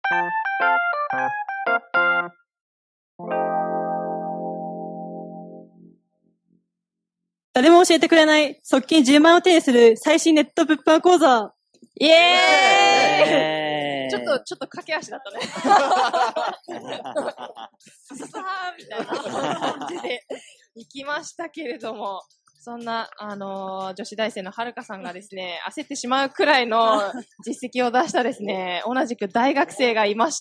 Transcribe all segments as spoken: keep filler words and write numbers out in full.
誰も教えてくれない側近じゅうまんを手にする最新ネット物販講座。イエーイ、 ちょっと、ちょっと駆け足だったね。さーみたいな感じで行きましたけれども、そんな、あのー、女子大生のはるかさんがですね、焦ってしまうくらいの実績を出したですね、同じく大学生がいまして、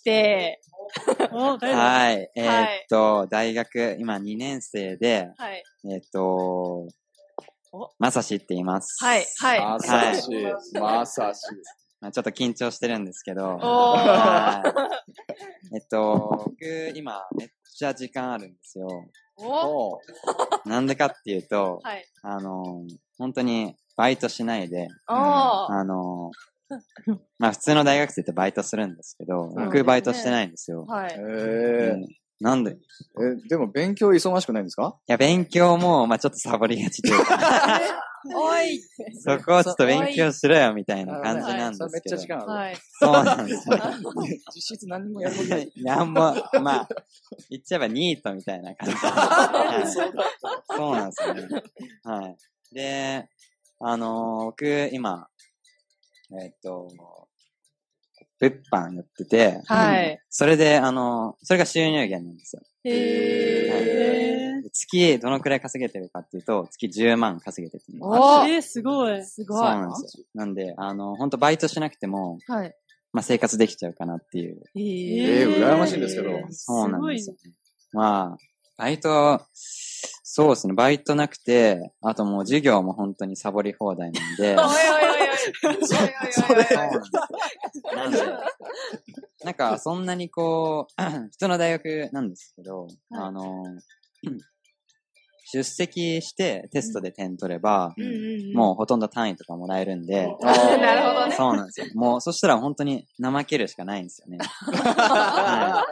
はい。えー、っと、はい、大学、今にねん生で、はい、えー、っと、まさしって言います。 はい、はい。 まさし、まさし。 ちょっと緊張してるんですけど。はい。えっと、僕、今、めっちゃ時間あるんですよ。 おなんでかっていうと、はい、あの、本当にバイトしないで、 あの、まあ普通の大学生ってバイトするんですけど、ね、僕バイトしてないんですよ。 はい。 へー。 なんでえ、でも勉強忙しくないんですか？ いや、勉強も、まあちょっとサボりがちというか。 おいそこをちょっと勉強しろよ、みたいな感じなんですけど。 めっちゃ時間ある。 はい。 そうなんですよ。 実質何もやることない。 なんも、まあ、言っちゃえばニートみたいな感じ。はい、そうなんですよね。はい。で、あのー、僕、今、えっと、物販やってて、 はい。 それで、あの、それが収入源なんですよ。 へー。 はい、月、どのくらい稼げてるかっていうと、月じゅうまん稼げてる。 おー、えー、すごい。 すごい。 そうなんですよ。なんで、あの、本当バイトしなくても、はい。まあ、生活できちゃうかなっていう。 えー、えー、羨ましいんですけど。 そうなんですよ、ね。まあ、バイト、そうですね、バイトなくて、あともう授業も本当にサボり放題なんで。おいおいおいおい。 それ。 なんで、なんかそんなにこう、普通の大学なんですけど、はい、あの、出席してテストで点取れば、うんうんうん、もうほとんど単位とかもらえるんで。 なるほどね。 そうなんですよ。もうそしたら本当に怠けるしかないんですよね。はい、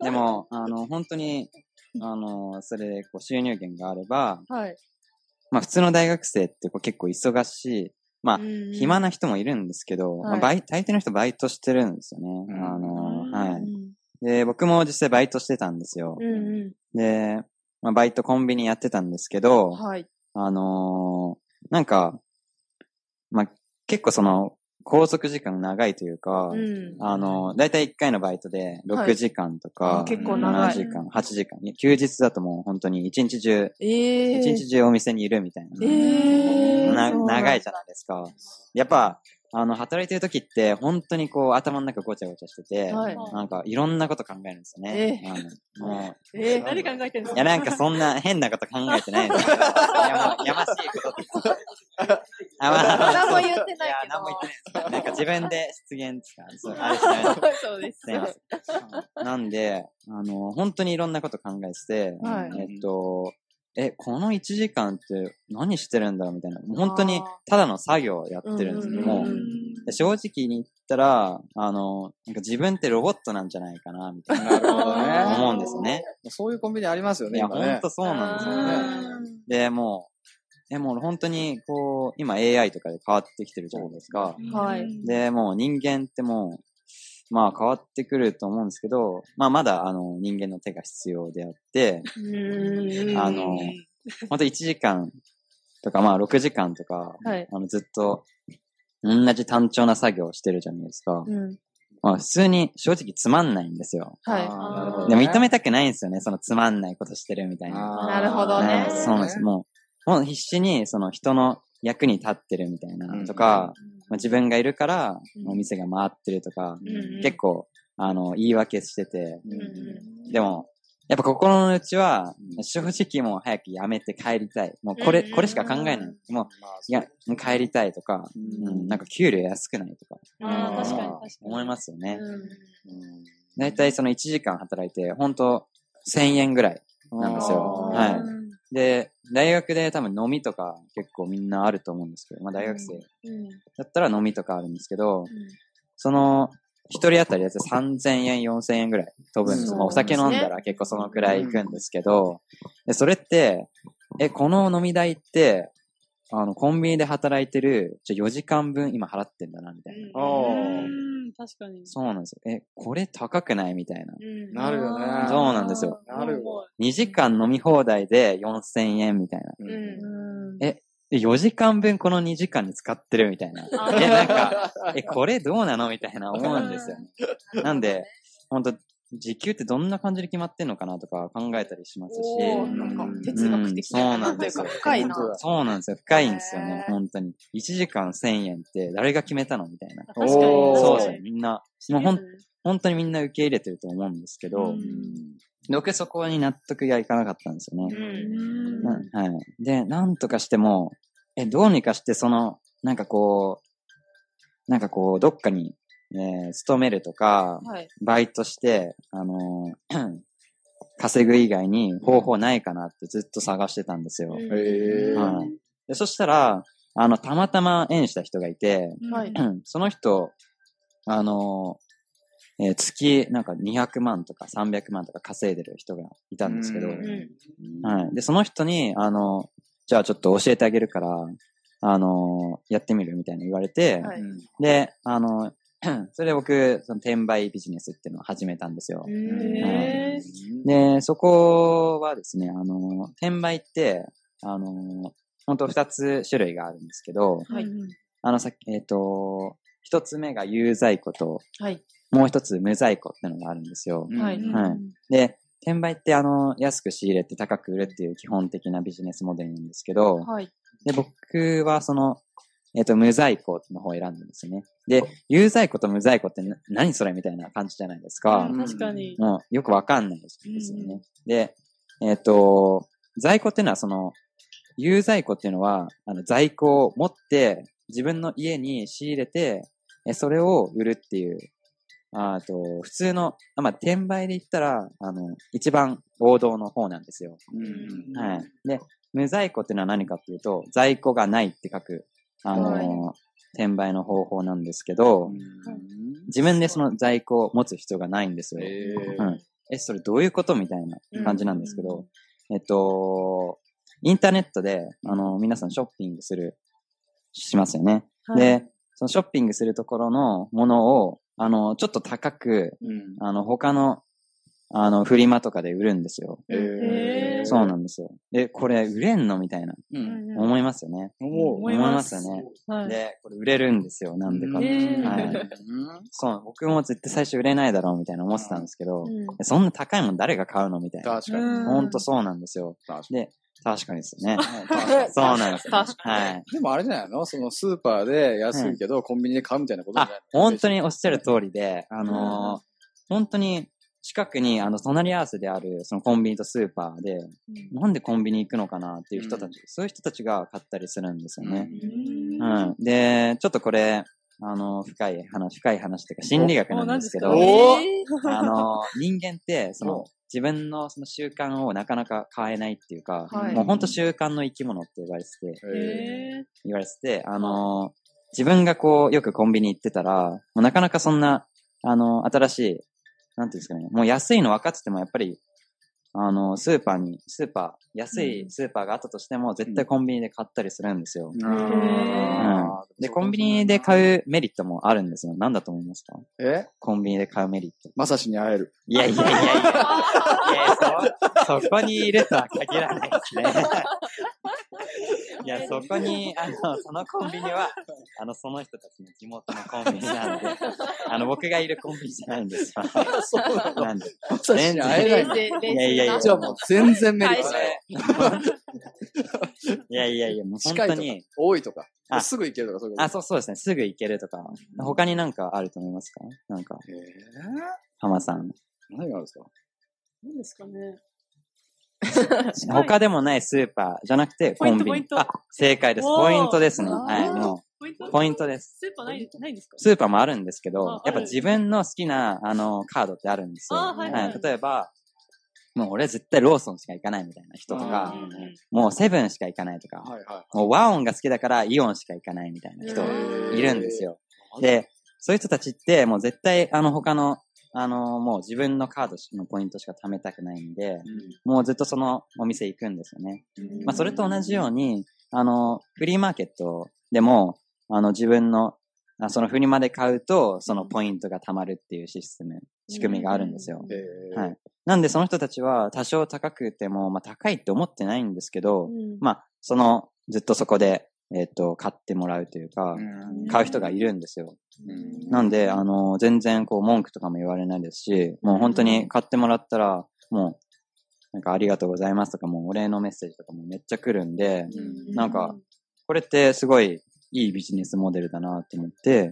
でも、あの、本当に、あの、それでこう収入源があれば、はい、まあ普通の大学生ってこう結構忙しい、まあ、暇な人もいるんですけど、はい、まあ、バイ大抵の人バイトしてるんですよね。うん、あの、はい。で、僕も実際バイトしてたんですよ。 うんうん、 で、まあ、バイトコンビニやってたんですけど、 はい、 あのー、なんか、まあ、結構その、拘束時間長いというか、うん、あの、だいたいいっかいのバイトでろくじかんとか、 はい、結構長い。 ななじかん、はちじかん。休日だともう本当に一日中、 えー、 一日中お店にいるみたいな。 えー、 な長いじゃないですか。やっぱ、あの、働いてる時って、本当にこう、頭の中ごちゃごちゃしてて、はい、なんか、いろんなこと考えるんですよね。 えー、 あのもうえー、何考えてるんですか？ いや、なんかそんな変なこと考えてないんですけど、いや、もう、やましいこととか。 あ、まあ、何も言ってないけど。いや、 何も言ってないです。なんか自分で出現とか、そう、あれしない。 そうです。 すいません。なんで、あの、本当にいろんなこと考えてて、はい、えっと、え、このいちじかんって何してるんだろうみたいな。本当にただの作業をやってるんですけども、正直に言ったら、あの、なんか自分ってロボットなんじゃないかな、みたいな。 なるほどね。 思うんですよね。 そういうコンビニありますよね。 いや、 ね本当そうなんですよね。で、もう、え、もう本当に、こう、今 エーアイ とかで変わってきてるじゃないですか。 はい。 で、もう人間ってもう、まあ変わってくると思うんですけど、まあまだあの人間の手が必要であって、あの、ほんといちじかんとかまあろくじかんとか、はい、あのずっと同じ単調な作業をしてるじゃないですか。うん、まあ普通に正直つまんないんですよ。 はい。 でも認めたくないんですよね、そのつまんないことしてるみたいな。 なるほどね。 そうなんです。もう、もう必死にその人の役に立ってるみたいなとか、うんまあ、自分がいるから、お店が回ってるとか、うん、結構、あの、言い訳してて、うん、でも、やっぱ心の内は、正直もう早く辞めて帰りたい。もうこれ、これしか考えない。もう、いや、もう帰りたいとか、うん、なんか給料安くないとか。 ああ、確かに確かに。 思いますよね。だいたいそのいちじかん働いて、ほんとせんえんぐらいなんですよ。はい。で、大学で多分飲みとか結構みんなあると思うんですけど、まあ大学生だったら飲みとかあるんですけど、うん、その一人当たりだとさんぜんえん、よんせんえんぐらい飛ぶんです。うん、まあお酒飲んだら結構そのくらい行くんですけど、でそれって、え、この飲み代って、あの、コンビニで働いてる、じゃよじかんぶん今払ってんだな、みたいな。 ん、確かに。 そうなんですよ。え、これ高くないみたいな。 うんなるよね。 そうなんですよ。 なるよ。 にじかん飲み放題でよんせんえんみたいな。 うんうん。 え、よじかんぶんこのにじかんに使ってるみたいな。え、なんか、え、これどうなのみたいな思うんですよね。なんで、ほんと、時給ってどんな感じで決まってんのかなとか考えたりしますし。 おーなんか哲学的うんそうなんですよ。 深いな。 そうなんですよ。深いんですよね。 へー本当に。いちじかんせんえんって誰が決めたのみたいな。 確かに。 おーそうですよ。 確かに。 みんな、もうほん、本当にみんな受け入れてると思うんですけど、 うん僕そこに納得がいかなかったんですよね。 うんなはい。で、なんとかしても、え、どうにかしてその、なんかこう、なんかこう、どっかに、えー勤めるとか、 はい。 バイトして、あのー稼ぐ以外に方法ないかなってずっと探してたんですよ。 うんへーはい。で、そしたら、あの、たまたま縁した人がいて、 はいその人、あのーえー月なんかにひゃくまんとかさんびゃくまんとか稼いでる人がいたんですけど、 うんうんはい。で、その人に、あの、じゃあちょっと教えてあげるから、あの、やってみるみたいな言われて、 はいで、あの、それで僕、その転売ビジネスっていうのを始めたんですよ。 へーで、そこはですね、あの、転売って、あの、本当二つ種類があるんですけど、 はいあの、さっき、えっと、一つ目が有在庫と、 はい。 もう一つ無在庫っていうのがあるんですよ。 はいはいで、転売ってあの、安く仕入れて高く売るっていう基本的なビジネスモデルなんですけど、 はい。 で、僕はその、えっと、無在庫の方を選んだんですよね。で、有在庫と無在庫ってな何それみたいな感じじゃないですか。 うん確かに。 もうよくわかんないですよね。で、えっと、在庫っていうのはその、有在庫っていうのは、あの、在庫を持って、自分の家に仕入れて、えそれを売るっていう、あと、普通の、あまあ、転売で言ったら、あの、一番王道の方なんですよ。 うんはい。で、無在庫っていうのは何かっていうと、在庫がないって書く、あのーはい転売の方法なんですけど、自分でその在庫を持つ必要がないんですよ。 へうん。え、それどういうことみたいな感じなんですけど、えっと、インターネットで、あの、皆さんショッピングする、しますよね。で、そのショッピングするところのものを、あの、ちょっと高く、 うんあの、他の、あの、フリマとかで売るんですよ。 へーそうなんですよ。で、これ売れんのみたいな、 うん思いますよね。 思う。 思います思いますよね。 はい。 で、これ売れるんですよ、なんでか。 うんへーはい。そう、僕も絶対最初売れないだろうみたいな思ってたんですけど、 うんそんな高いもん誰が買うのみたいな。 確かに。 うんほんとそうなんですよ。 確かで、確かにですね。 確かにそうなんですよ。 確はい。 でもあれじゃないのそのスーパーで安いけどコンビニで買うみたいなことじゃあない、の本当におっしゃる通りで、あのー本当に近くにあの隣り合わせであるそのコンビニとスーパーで、なんでコンビニ行くのかなっていう人たち、 うんそういう人たちが買ったりするんですよね。 うんうん。で、ちょっとこれ、あの、深い話、深い話っていうか心理学なんですけど、 おおあの、人間って、そおの、自分のその習慣をなかなか変えないっていうか、 はいもう本当習慣の生き物って言われてて、 へへ言われてて、あの、自分がこう、よくコンビニ行ってたら、もうなかなかそんな、あの、新しい、なんていうんですかね、もう安いの分かっててもやっぱり、あの、スーパーに、スーパー、安いスーパーがあったとしても、絶対コンビニで買ったりするんですよ。 ーうんで、コンビニで買うメリットもあるんですよ。なんだと思いますか？ えコンビニで買うメリット。 まさしに会える。 いやいやいやいや。いやそ、そこにいるとは限らないですね。いや、そこに、あの、そのコンビニは、あの、その人たちの地元のコンビニなんで、あの、僕がいるコンビニじゃないんですよ。 そうなのなんで。 まさしに会えないの。 冷静、冷静いやいやいやじゃあもう全然メリットこない。 れいやいやいや、もう本近いとか当に。、 多いとか、 あすぐ行けるとかそういうこと。 あ、そうそうですね。すぐ行けるとか。他になんかあると思いますか？なんか、 え浜さん。 ー、何があるんですか何ですかね。 他でもないスーパーじゃなくて、コンビニ。 ポイントポイントあ、正解です。 おーポイントですね。 あーはい、もポイントう、ポイントです。 スーパーない、ないんですかスーパーもあるんですけどあ、 やっぱある自分の好きな、あの、カードってあるんですよ。 あはいはい例えば、もう俺絶対ローソンしか行かないみたいな人とかうんうんうん、 もうセブンしか行かないとか、 はいはもう和音が好きだからイオンしか行かないみたいな人うんいるんですよ。で、そういう人たちってもう絶対あの他の、あの、もう自分のカードのポイントしか貯めたくないんで、もうずっとそのお店行くんですよね。まあそれと同じように、あの、フリーマーケットでも、あの自分の、 あそのフリマで買うと、そのポイントが貯まるっていうシステム、仕組みがあるんですよ。はい。なんでその人たちは多少高くても、まあ高いって思ってないんですけど、うん、まあその、ずっとそこで、えっと、買ってもらうというか、買う人がいるんですよ。なんで、あの、全然こう文句とかも言われないですし、もう本当に買ってもらったら、もう、なんかありがとうございますとか、もうお礼のメッセージとかもめっちゃ来るんで、なんか、これってすごいいいビジネスモデルだなと思って、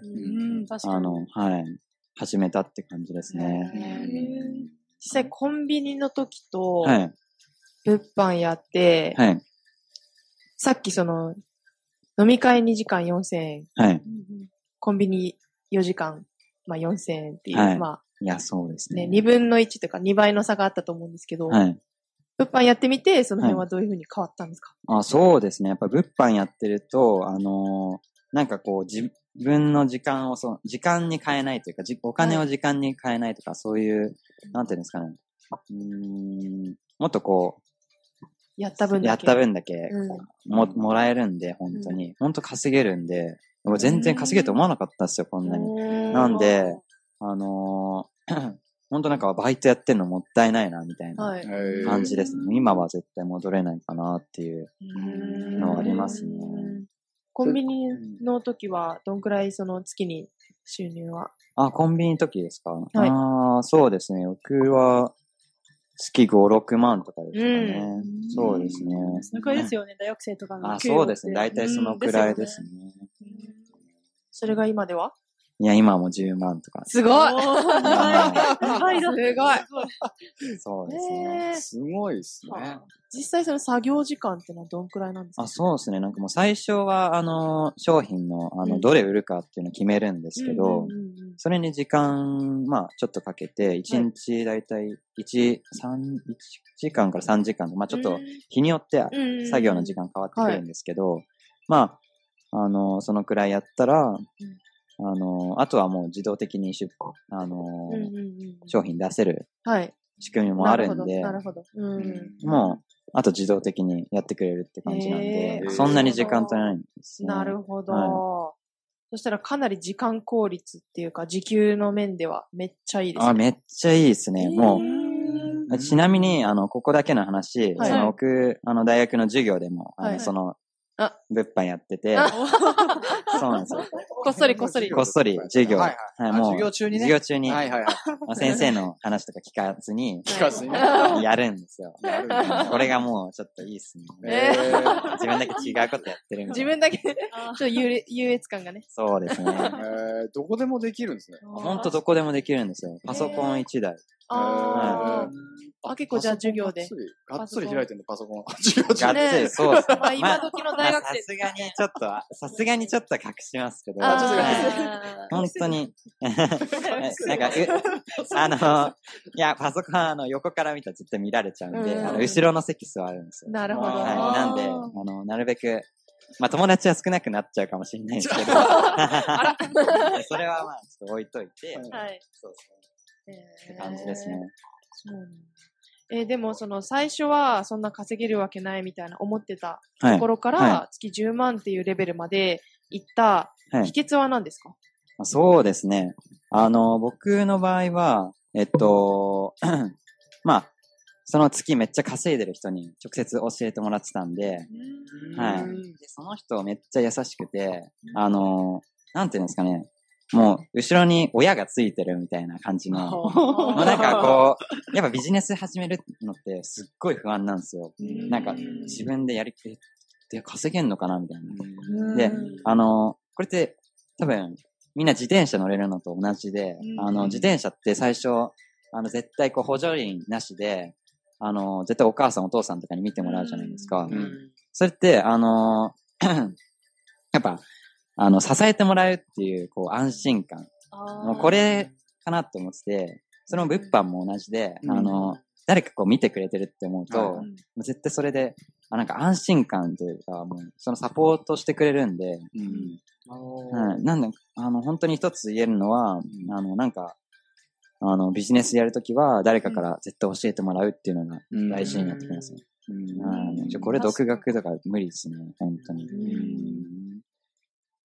あの、はい、始めたって感じですね。 実際コンビニの時と、物販やって、はい、さっきその、飲み会にじかんよんせんえん、はい、コンビニよじかん、まあよんせんえんっていう、はい、まあ、 いや、そうですね。 ね、にぶんのいちとかにばいの差があったと思うんですけど、はい、物販やってみて、その辺はどういうふうに変わったんですか？ はい、あ、そうですね。やっぱ物販やってると、あのー、なんかこう、自分の時間を、その、時間に変えないというか、お金を時間に変えないとか、はい、そういう、なんていうんですかね。うーん、もっとこう、 やった分だけ。 やった分だけ、うん、も、もらえるんで、本当に。うん、本当稼げるんで、でも全然稼げると思わなかったですよ、こんなに。なんで、あのー、本当なんかバイトやってんのもったいないな、みたいな感じですね。はい、今は絶対戻れないかなっていうのはありますね。 コンビニの時は、どんくらいその月に収入は？ あ、コンビニの時ですか？はい、ああ、そうですね。僕は、月ご、ろくまんとかですかね。うん、そうですね。 そのくらいですよね、大学生とかの。 あ、そうですね。大体そのくらいですね。 うん、それが今では？ いや、今はもうじゅうまんとか。 すごいすごいすごいそうですね。 すごいですね。 実際その作業時間ってのはどんくらいなんですか？ あ、そうですね。なんかもう最初は、あの、商品の、あの、どれ売るかっていうのを決めるんですけど、それに時間、まあ、ちょっとかけて、いちにちだいたいいち、さん、いちじかんからさんじかん、まあちょっと日によって作業の時間変わってくるんですけど、まあ、あの、そのくらいやったら、あの、あとはもう自動的に出、あの、うんうんうん、商品出せる仕組みもあるんで、 なるほど。なるほど。うん、 もう、あと自動的にやってくれるって感じなんで、そんなに時間取れないんですね。 なるほど。はい、そしたらかなり時間効率っていうか、時給の面ではめっちゃいいですね。 あ、めっちゃいいですね。もう、ちなみに、あの、ここだけの話、はい、その僕、あの、大学の授業でも、あの、はい、その、あ物販やってて、そうなんですよ。 こっそりこっそり。 こっそり授業。 はいはい。もう授業中にね。 授業中に。 はいはいはい。 先生の話とか聞かずに。 聞かずに。 やるんですよ。これがもうちょっといいっすね。えー、自分だけ違うことやってるみたいな。 自分だけ、ちょっと優越感がね。 そうですね。えー、どこでもできるんですね。 ほんとどこでもできるんですよ。パソコンいちだい。 ああ、結構じゃあ授業で。 がっつり開いてるの、パソコン。授業中がっつり、そうですね。 まあ今時の大学生。 さすがにちょっと、さすがにちょっと隠しますけど。 あ、ちょっと隠す。本当に。なんか、あの、いや、パソコンはあの横から見たら絶対見られちゃうんで、あの後ろの席座るんですよ。 なるほど。 はい。なんで、あの、なるべく、まあ友達は少なくなっちゃうかもしれないですけど。それはまあちょっと置いといて。はい。そうですね。って感じですね。 えー、でもその最初はそんな稼げるわけないみたいな思ってたところから月じゅうまんっていうレベルまで行った秘訣は何ですか？はいはい、そうですね。あの、僕の場合は、えっと、まあ、その月めっちゃ稼いでる人に直接教えてもらってたんで、はい。で、その人めっちゃ優しくて、あの、なんていうんですかね。もう、後ろに親がついてるみたいな感じの、もうなんかこう、やっぱビジネス始めるのってすっごい不安なんですよ。なんか、自分でやり、え、稼げんのかなみたいな。で、あの、これって多分、みんな自転車乗れるのと同じで、あの、自転車って最初、あの、絶対こう補助輪なしで、あの、絶対お母さんお父さんとかに見てもらうじゃないですか。それって、あの、やっぱ、あの、支えてもらうっていう、こう、安心感。もうこれかなと思ってて、その物販も同じで、うん、あの、誰かこう見てくれてるって思うと、うん、もう絶対それで、あ、なんか安心感というか、もう、そのサポートしてくれるんで、うんはい、なんで、あの、本当に一つ言えるのは、うん、あの、なんか、あの、ビジネスやるときは、誰かから絶対教えてもらうっていうのが大事になってきますね。うんうん、これ独学とか無理ですね、本当に。うん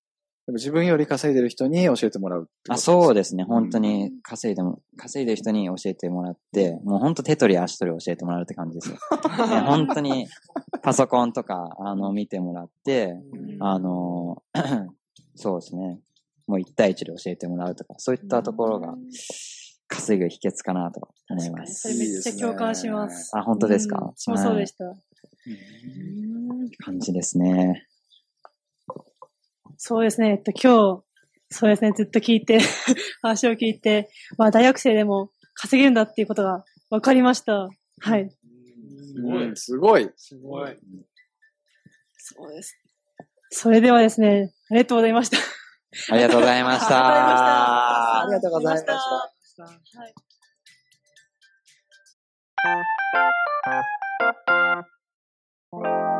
でも自分より稼いでる人に教えてもらうってことあ、そうですね。本当に稼いでも、稼いでる人に教えてもらって、もう本当手取り足取り教えてもらうって感じですよ。ね、本当にパソコンとか、あの、見てもらって、あの、そうですね。もう一対一で教えてもらうとか、そういったところが稼ぐ秘訣かなと思います。 それめっちゃ共感します。 あ、本当ですか？ 私もそうでした。 感じですね。 そうですね。えっと、今日、そうですね。ずっと聞いて、話を聞いて、まあ、大学生でも稼げるんだっていうことが分かりました。はい。 すごい。すごい。すごい。 そうです。それではですね、ありがとうございました。 ありがとうございました。 ありがとうございました。 はい。